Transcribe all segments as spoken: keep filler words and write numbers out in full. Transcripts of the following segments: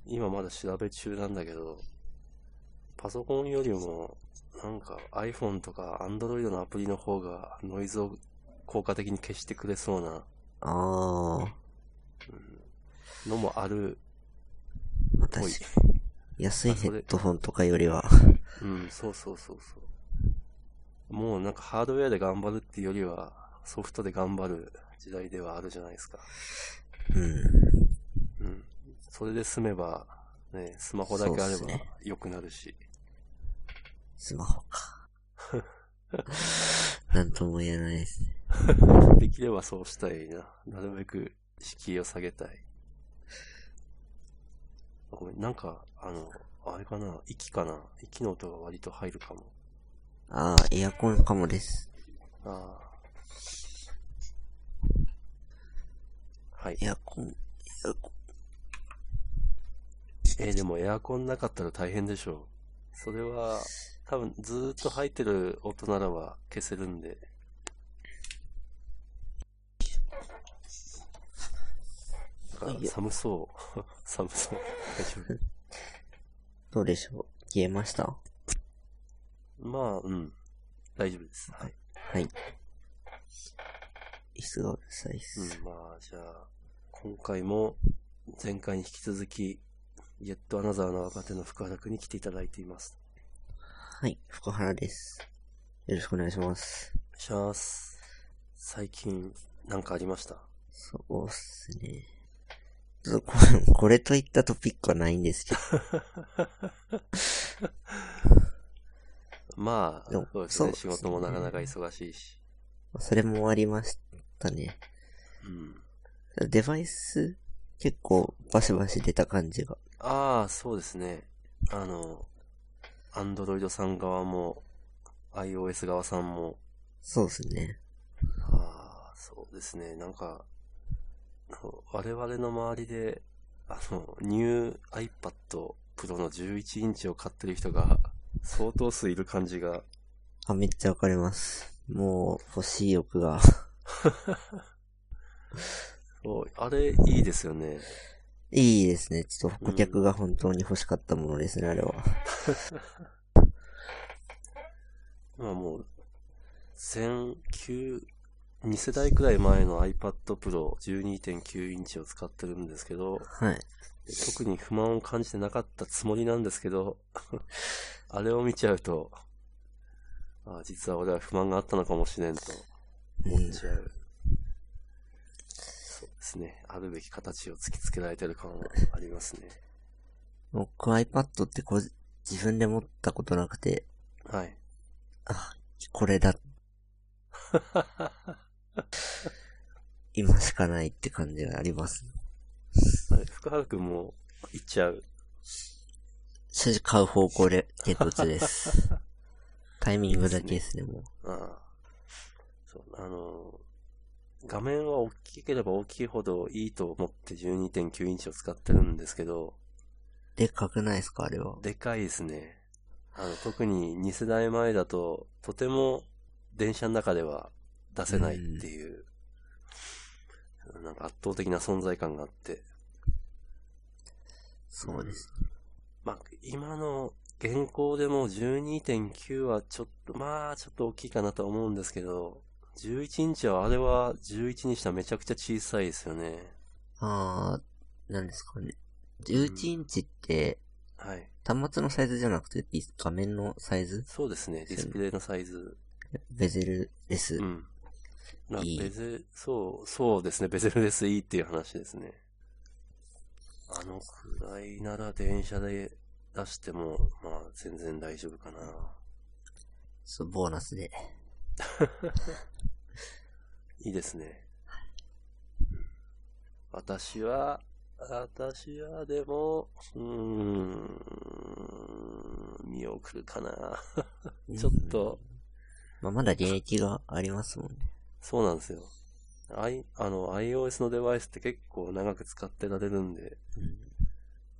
今まだ調べ中なんだけど、パソコンよりも、なんか iPhone とか Android のアプリの方がノイズを効果的に消してくれそうなあー。 のもあるっぽい。 私、安いヘッドホンとかよりは。 うん、そうそうそうそう。もうなんかハードウェアで頑張るっていうよりは、ソフトで頑張る時代ではあるじゃないですか。 うん。 うん。それで済めば、ね、スマホだけあれば良くなるし。 スマホか。なんとも言えないですね。 できればそうしたいな。なるべく敷居を下げたい。ごめん、なんか、あの、あれかな、息かな。息の音が割と入るかも。 ああ、エアコンかもです。 ああ。はい。 エアコン、エアコン。 えー、でもエアコンなかったら大変でしょう。それは、多分ずーっと入ってる音ならば消せるんで。なんか寒そう。寒そう。大丈夫。 どうでしょう、消えました？ まあ、うん。大丈夫です。はい。 はい。椅子がうるさいっす。 うん、まあ、じゃあ、今回も前回に引き続き、ジェットアナザーの若手の福原くんに来ていただいています。 はい、福原です。よろしくお願いします。 お願いします。最近、なんかありました？ そうっすね。ちょっとこれ、これといったトピックはないんですけど。 まあ、そうですね。仕そうですね。 事もなかなか忙しいし。 それもありましたね。 うん。 デバイス、結構バシバシ出た感じが。 ああ、そうですね。あの、アンドロイドさん側も、iOS 側さんも。 そうですね。 ああ、そうですね。なんか、我々の周りで、あの、ニュー iPad Pro のじゅういちインチを買ってる人が相当数いる感じが。 あ、めっちゃわかります。もう欲しい欲が。 そう、あれいいですよね。 いいですね。ちょっと顧客が本当に欲しかったものですね、あれは。 まあもう、前旧、に世代くらい前の iPad Pro じゅうにてんきゅうインチを使ってるんですけど、 はい。 特に不満を感じてなかったつもりなんですけど、あれを見ちゃうと、ああ、実は俺は不満があったのかもしれんと思っちゃう。うん、そうですね。あるべき形を突きつけられてる感はありますね。 僕 iPad ってこう自分で持ったことなくて、 はい。 あ、これだ。今しかないって感じがあります。 はい、福原くんも行っちゃう。 正直買う方向で検討中です。タイミングだけですね、もう。 ああ。そう、あの、画面は大きければ大きいほどいいと思って じゅうにてんきゅうインチを使ってるんですけど。 でかくないですか、あれは。 でかいですね。あの、特にに世代前だと、とても電車の中では出せないっていう、うん、なんか圧倒的な存在感があって。 そうです。 うん、まあ、今の現行でも じゅうにてんきゅう はちょっと、まあ、ちょっと大きいかなと思うんですけど、じゅういちインチはあれはじゅういちにしたらめちゃくちゃ小さいですよね。 あー、なんですかね。じゅういちインチって、 うん、はい。 端末のサイズじゃなくて画面のサイズ？ そうですね、ディスプレイのサイズ。 ベゼルレス。 うん。 いい。 ベゼ、そう、そうですね、ベゼルレスいいっていう話ですね。あのくらいなら電車で出しても、まあ全然大丈夫かな。 そう、ボーナスで。 いいですね。私は、私はでも、うーん、見送るかな。ちょっと。 まあ、まだ現役がありますもんね。 そうなんですよ。I、あの、iOS のデバイスって結構長く使ってられるんで、うん、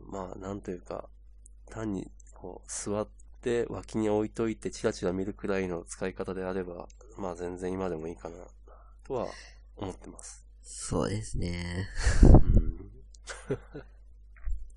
まあ、なんというか、単に、こう、座って脇に置いといてチラチラ見るくらいの使い方であれば、まあ全然今でもいいかな、とは思ってます。 そうですね。 うん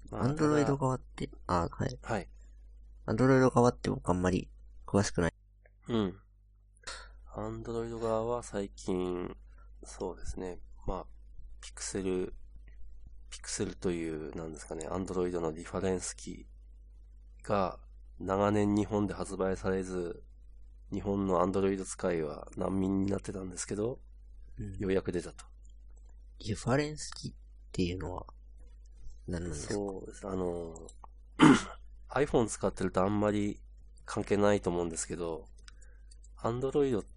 まあ、 アンドロイドただ側って、あ、はい。 はい。 アンドロイド側って僕あんまり詳しくない。 うん。アンドロイド側は最近、そうですね。まあ、ピクセル、ピクセルという、なんですかね、アンドロイドのリファレンス機が長年日本で発売されず、日本のアンドロイド使いは難民になってたんですけど、 うん、 ようやく出たと。 リファレンス機っていうのは何なんですか？ そうです。あの、iPhone 使ってるとあんまり関係ないと思うんですけど、Android って、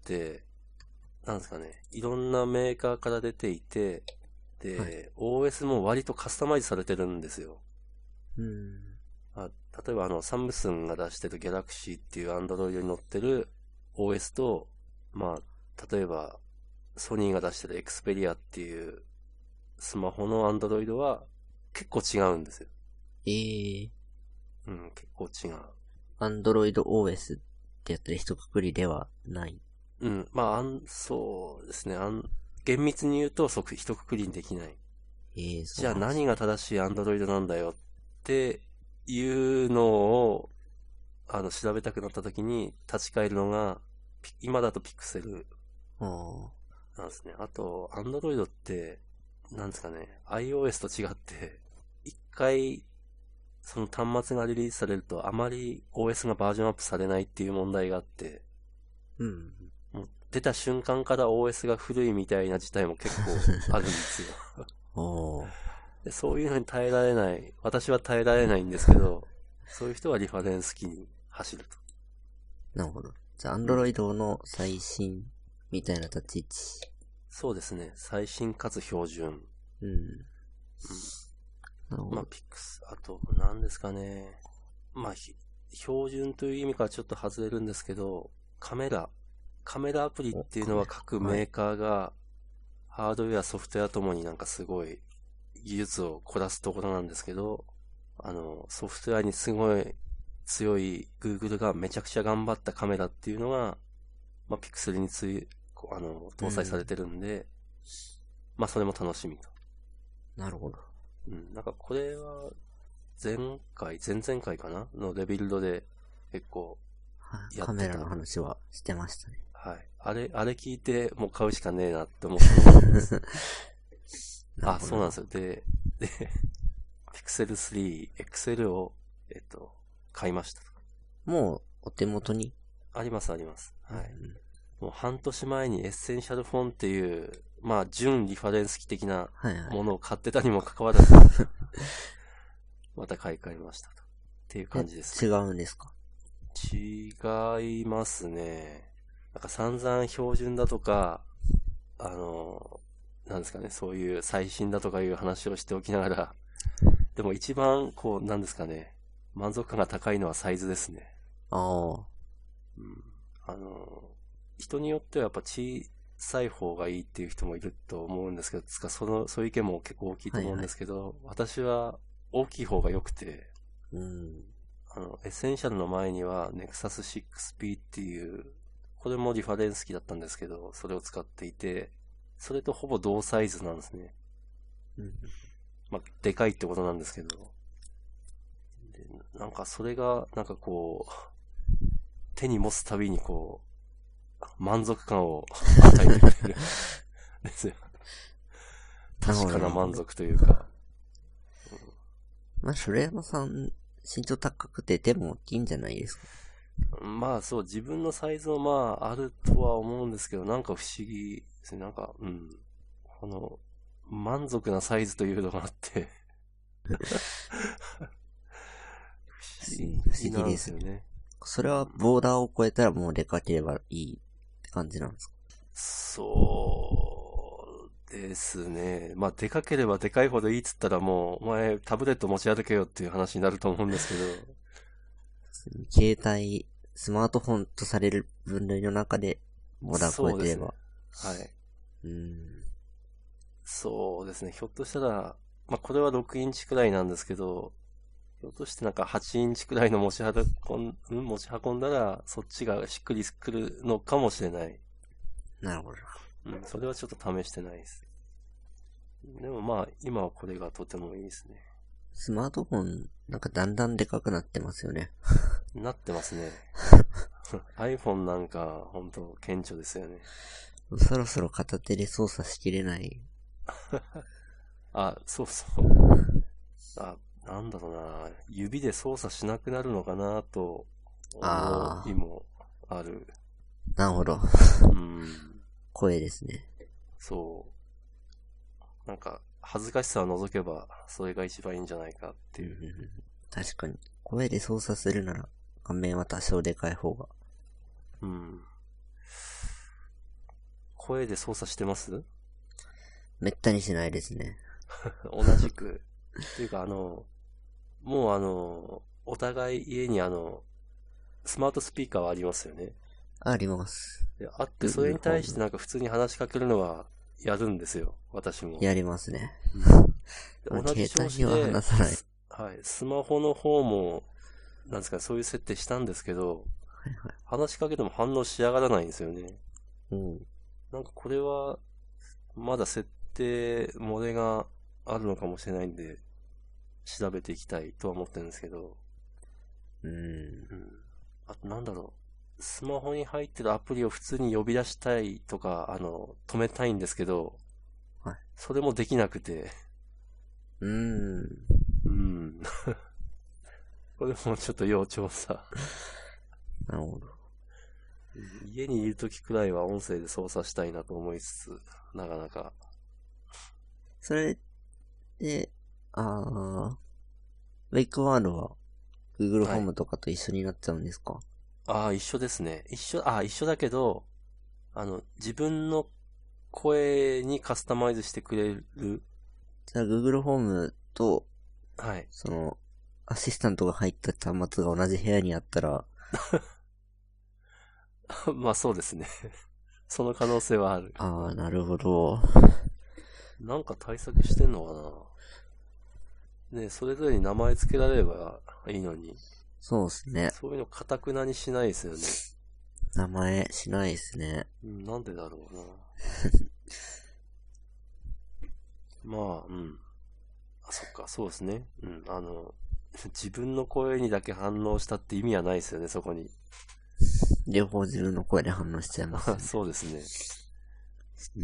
なんですかね、いろんなメーカーから出ていて、で、はい、オーエス も割とカスタマイズされてるんですよ。 うん。 あ、例えばあの、サムスンが出してる Galaxy っていう Android に載ってる オーエス と、まあ、例えば、ソニーが出してる Xperia っていうスマホの Android は結構違うんですよ。 ええー。 うん、結構違う。 Android オーエス ってやったら一括りではない。 うん、まあ、あん、そうですね。あん、厳密に言うと、即、一括りにできない。 ええー、 じゃあそうなんですね。 何が正しい Android なんだよっていうのを、あの、調べたくなった時に立ち返るのが、今だとピクセルなんですね。あと、Android って、なんですかね、iOS と違って、一回、その端末がリリースされると、あまり オーエス がバージョンアップされないっていう問題があって、 うん。 もう出た瞬間から オーエス が古いみたいな事態も結構あるんですよ。 おでそういうのに耐えられない、私は耐えられないんですけど、そういう人はリファレンス機に走ると。 なるほど。じゃあ、Android の最新みたいな立ち位置。 そうですね。最新かつ標準。 うん。うん。 まあ、ピクス、あと、何ですかね。まあ、標準という意味からちょっと外れるんですけど、カメラ。カメラアプリっていうのは各メーカーが、ハードウェア、ソフトウェアともになんかすごい技術を凝らすところなんですけど、あの、ソフトウェアにすごい強い Google がめちゃくちゃ頑張ったカメラっていうのが、まあ、ピクセルについ、あの、搭載されてるんで、うん、まあ、それも楽しみと。 なるほど。 うん、なんかこれは、前回、前々回かなのレビルドで結構やってた。カメラの話はしてましたね。 はい。あれ、あれ聞いてもう買うしかねえなって思ったんです。あ、そうなんですよ。で、で、Pixel スリー エックスエル を、えっと、買いました。 もう、お手元にあります、あります。はい。 うん、 もう半年前にエッセンシャルフォンっていう、まあ、純リファレンス機的なものを買ってたにもかかわらず、はいはい、また買い替えましたと。っていう感じです、 ね。違うんですか？ 違いますね。なんか散々標準だとか、あの、なんですかね、そういう最新だとかいう話をしておきながら、でも一番、こう、なんですかね、満足感が高いのはサイズですね。 ああ。 うん。あの、人によってはやっぱ小さい方がいいっていう人もいると思うんですけど、つかその、そういう意見も結構大きいと思うんですけど、はいはい、私は大きい方が良くて、 うん。 あの、エッセンシャルの前には Nexus シックスピー っていう、これもリファレンス機だったんですけど、それを使っていて、それとほぼ同サイズなんですね。 うん。 まあ、でかいってことなんですけど。で、なんかそれが、なんかこう、手に持つたびにこう、満足感を与えてくれる。ですよ。確かな満足というか。 うん、まあ、白山さん、身長高くて手も大きいんじゃないですか？ まあそう、自分のサイズもまああるとは思うんですけど、なんか不思議ですね。なんか、うん。この、満足なサイズというのがあって不思議なんですよね。 それはボーダーを超えたらもうでかければいいって感じなんですか？ そうですね。まあでかければでかいほどいいっつったらもう、お前タブレット持ち歩けよっていう話になると思うんですけど。 携帯、スマートフォンとされる分類の中でボーダーを超えてれば。 そうですね。はい。 うーん。 そうですね。ひょっとしたら、まあこれはろくインチくらいなんですけど、ひょっとしてなんかはちインチくらいの持ち運ん、うん、持ち運んだら、そっちがしっくりくるのかもしれない。 なるほど。 うん、それはちょっと試してないです。でもまあ、今はこれがとてもいいですね。 スマートフォン、なんかだんだんでかくなってますよね。 なってますね。iPhone なんか、ほんと、顕著ですよね。 そろそろ片手で操作しきれない。 あ、そうそう。あ、なんだろうな。指で操作しなくなるのかなと思いもある。 なるほど。 うん。 声ですね。 そう。なんか、恥ずかしさを除けば、それが一番いいんじゃないかっていう。 確かに。声で操作するなら、画面は多少でかい方が。 うん。声で操作してます？ めったにしないですね。 同じく。っていうか、あの、もうあの、お互い家にあの、スマートスピーカーはありますよね。 あります。 であって、それに対してなんか普通に話しかけるのはやるんですよ。私も。 やりますね。 うん、同じ調子で、 携帯には話さない。 はい。スマホの方も、なんですか、そういう設定したんですけど、 はいはい、 話しかけても反応しやがらないんですよね。 うん。 なんかこれは、まだ設定漏れがあるのかもしれないんで、調べていきたいとは思ってるんですけど。 うん。うん。 あとなんだろう。スマホに入ってるアプリを普通に呼び出したいとか、あの、止めたいんですけど、 はい。 それもできなくて。 うーん。 うん。これもちょっと要調査。 なるほど。 家にいるときくらいは音声で操作したいなと思いつつ、なかなか。 それで、あー、ウェイクワードは Google ホームとかと一緒になっちゃうんですか？ ああ、一緒ですね。一緒、ああ、一緒だけど、あの、自分の声にカスタマイズしてくれる。 じゃあ Google ホームと、 はい。 その、アシスタントが入った端末が同じ部屋にあったら、 まあそうですね。その可能性はある。 ああ、なるほど。 なんか対策してんのかな。ね、それぞれに名前付けられればいいのに。 そうですね。 そういうのかたくなにしないですよね。 名前しないですね。 うん、なんでだろうな。まあ、うん。あ、そっか、そうですね。うん、あの、自分の声にだけ反応したって意味はないですよね、そこに。 両方自分の声で反応しちゃいます、ね。 そうですね。 うん。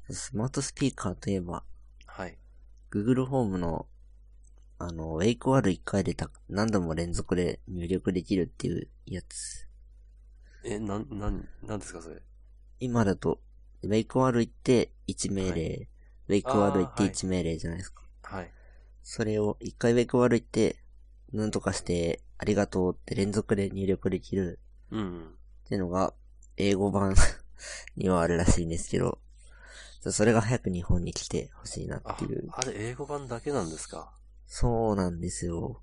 スマートスピーカーといえば、 はい。 Google ホームの、あの、ウェイクワールいっかいでた何度も連続で入力できるっていうやつ。 え、なん、なん、なんですか、それ。 今だと、ウェイクワール行っていち命令、はい、ウェイクワール行っていち命令じゃないですか。 はい。 それをいっかいウェイクワール行って、なんとかしてありがとうって連続で入力できる。 うん。 っていうのが、英語版にはあるらしいんですけど、それが早く日本に来てほしいなっていう。 あ、あれ英語版だけなんですか？ そうなんですよ。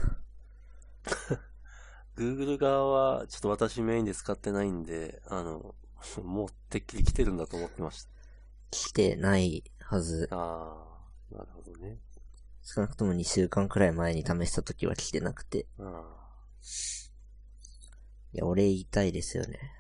Google 側はちょっと私メインで使ってないんで、あの、もうてっきり来てるんだと思ってました。 来てないはず。 ああ、なるほどね。 少なくともにしゅうかんくらい前に試した時は来てなくて。ああ。いや、俺言いたいですよね。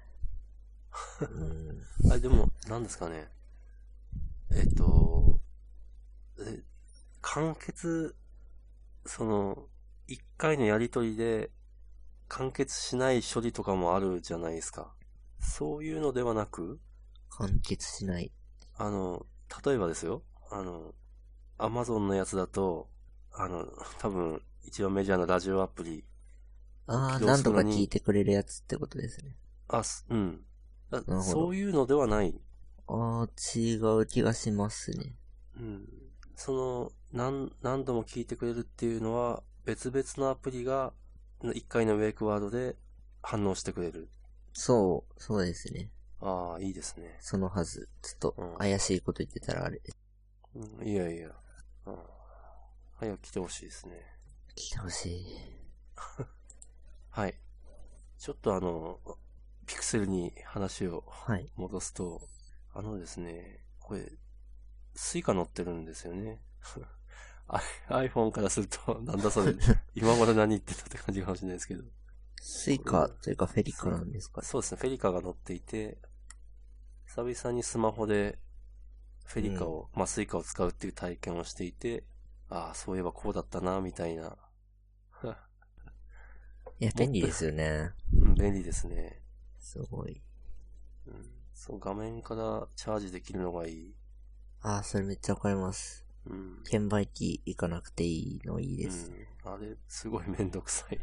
うん、あれでも、何ですかね。えっと、え、完結、その、一回のやりとりで完結しない処理とかもあるじゃないですか。そういうのではなく、 完結しない。 あの、例えばですよ。あの、アマゾンのやつだと、あの、多分、一番メジャーなラジオアプリ。 ああ、何度か聞いてくれるやつってことですね。 あ、うん。そういうのではない。 ああ、違う気がしますね。 うん。その、何、何度も聞いてくれるっていうのは、別々のアプリが、一回のウェイクワードで反応してくれる。 そう、そうですね。 ああ、いいですね。 そのはず。ちょっと、怪しいこと言ってたらあれ。 うん、いやいや。あ早く来てほしいですね。 来てほしい。 はい。ちょっとあの、ピクセルに話を戻すと、はい、あのですね、これ、スイカ乗ってるんですよね。iPhone からすると、なんだそれ、今頃何言ってたって感じかもしれないですけど。 スイカというかフェリカなんですか？ そうですね、フェリカが乗っていて、久々にスマホでフェリカを、うん、まあスイカを使うっていう体験をしていて、 ああ、そういえばこうだったな、みたいな。 いや、便利ですよね。 うん、便利ですね。 すごい。 うん、そう、画面からチャージできるのがいい。 ああ、それめっちゃわかります。うん。券売機行かなくていいのいいです。 うん。あれ、すごいめんどくさい。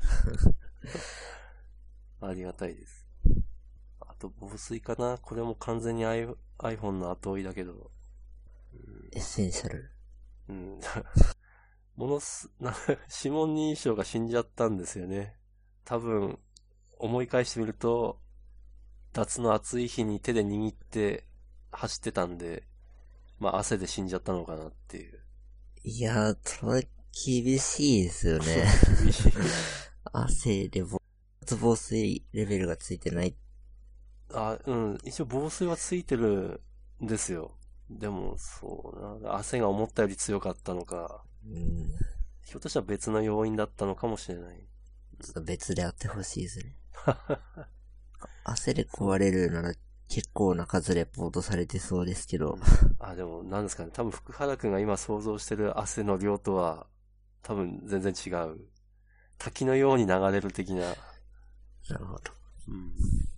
ありがたいです。あと、防水かな。これも完全に iPhone の後追いだけど。 うん、エッセンシャル。 うん。ものす、な、指紋認証が死んじゃったんですよね。多分、思い返してみると、夏の暑い日に手で握って走ってたんで、まあ汗で死んじゃったのかなっていう。 いやー、それ厳しいですよね。厳しい。汗で防水レベルがついてない。 あ、うん。一応防水はついてるんですよ。でも、そうな。汗が思ったより強かったのか。うん。ひょっとしたら別の要因だったのかもしれない。 ちょっと別であってほしいですね。汗で壊れるなら結構な数レポートされてそうですけど。うん、 あ、でも、なんですかね。多分福原くんが今想像してる汗の量とは、多分全然違う。滝のように流れる的な。 なるほど。うん。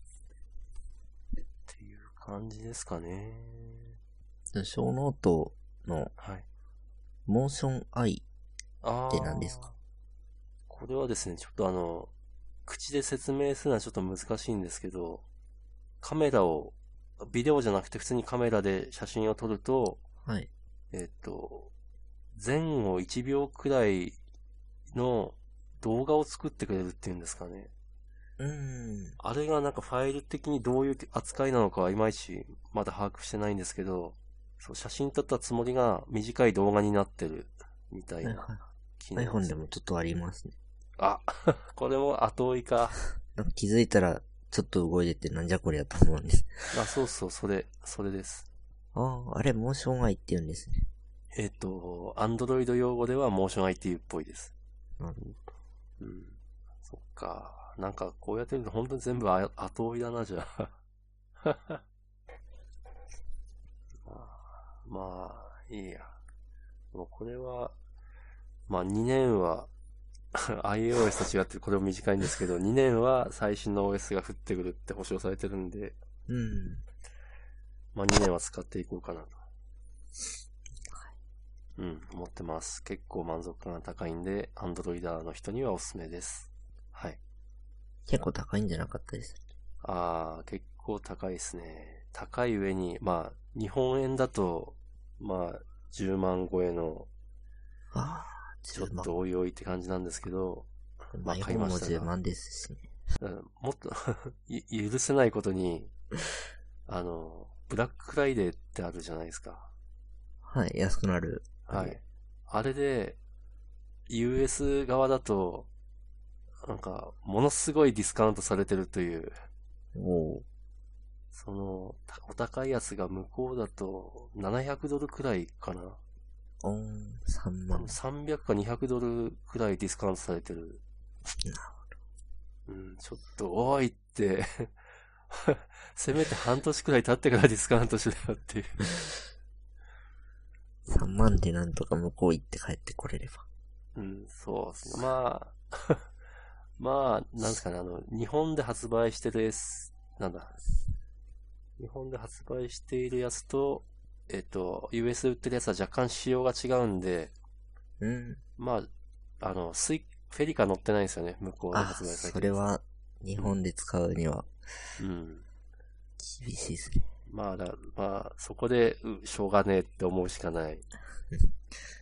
っていう感じですかね。 小ノートの、はい。モーションアイって何ですか？ これはですね、ちょっとあの、口で説明するのはちょっと難しいんですけど、カメラを、ビデオじゃなくて普通にカメラで写真を撮ると、はい。えっと、前後いちびょうくらいの動画を作ってくれるっていうんですかね。うーん。あれがなんかファイル的にどういう扱いなのかはいまいちまだ把握してないんですけど、そう、写真撮ったつもりが短い動画になってるみたいな、ね。 はいはい。iPhone でもちょっとありますね。 あ、これも後追いか。 なんか気づいたらちょっと動いててなんじゃこりゃと思うんです。 あ、そうそう、それ、それです。 ああ、あれモーションアイって言うんですね。 えっと、Android 用語ではモーション アイ っていうっぽいです。なるほど。うん。そっか。なんかこうやってると本当に全部後追いだな、じゃあ。まあ、いいや。もうこれは、まあにねんはiOS と違ってこれも短いんですけど、にねんは最新の オーエス が降ってくるって保証されてるんで、うん。まあにねんは使っていこうかなと。うん、思ってます。結構満足感が高いんで、Android の人にはおすすめです。はい。 結構高いんじゃなかったです。 ああ、結構高いですね。高い上に、まあ、日本円だと、まあ、じゅうまん超えの、ああ、ちょっとおいおいって感じなんですけど、 まあ買いましたが。じゅうまんですしね。 うん、もっと許せないことに、あの、ブラックフライデーってあるじゃないですか。 はい、安くなる。 はい。あれで、ユーエス 側だと、なんか、ものすごいディスカウントされてるという。おその、お高いやつが向こうだと、ななひゃくドルくらいかな。 おー、さんまん。 さんびゃくかにひゃくドルくらいディスカウントされてる。なるほど。うん、ちょっと、おいって、せめて半年くらい経ってからディスカウントしろよっていう。 さんまんでなんとか向こう行って帰ってこれれば。 うん、そうですね。まあ、まあ、なんですかね、あの、日本で発売してる S、なんだ。日本で発売しているやつと、えっと、ユーエス で売ってるやつは若干仕様が違うんで、うん。まあ、あの、スイ、フェリカ乗ってないんですよね、向こうで発売されてる。 それは、日本で使うには、うん。厳しいですね。 まあだ、まあ、そこで、しょうがねえって思うしかない。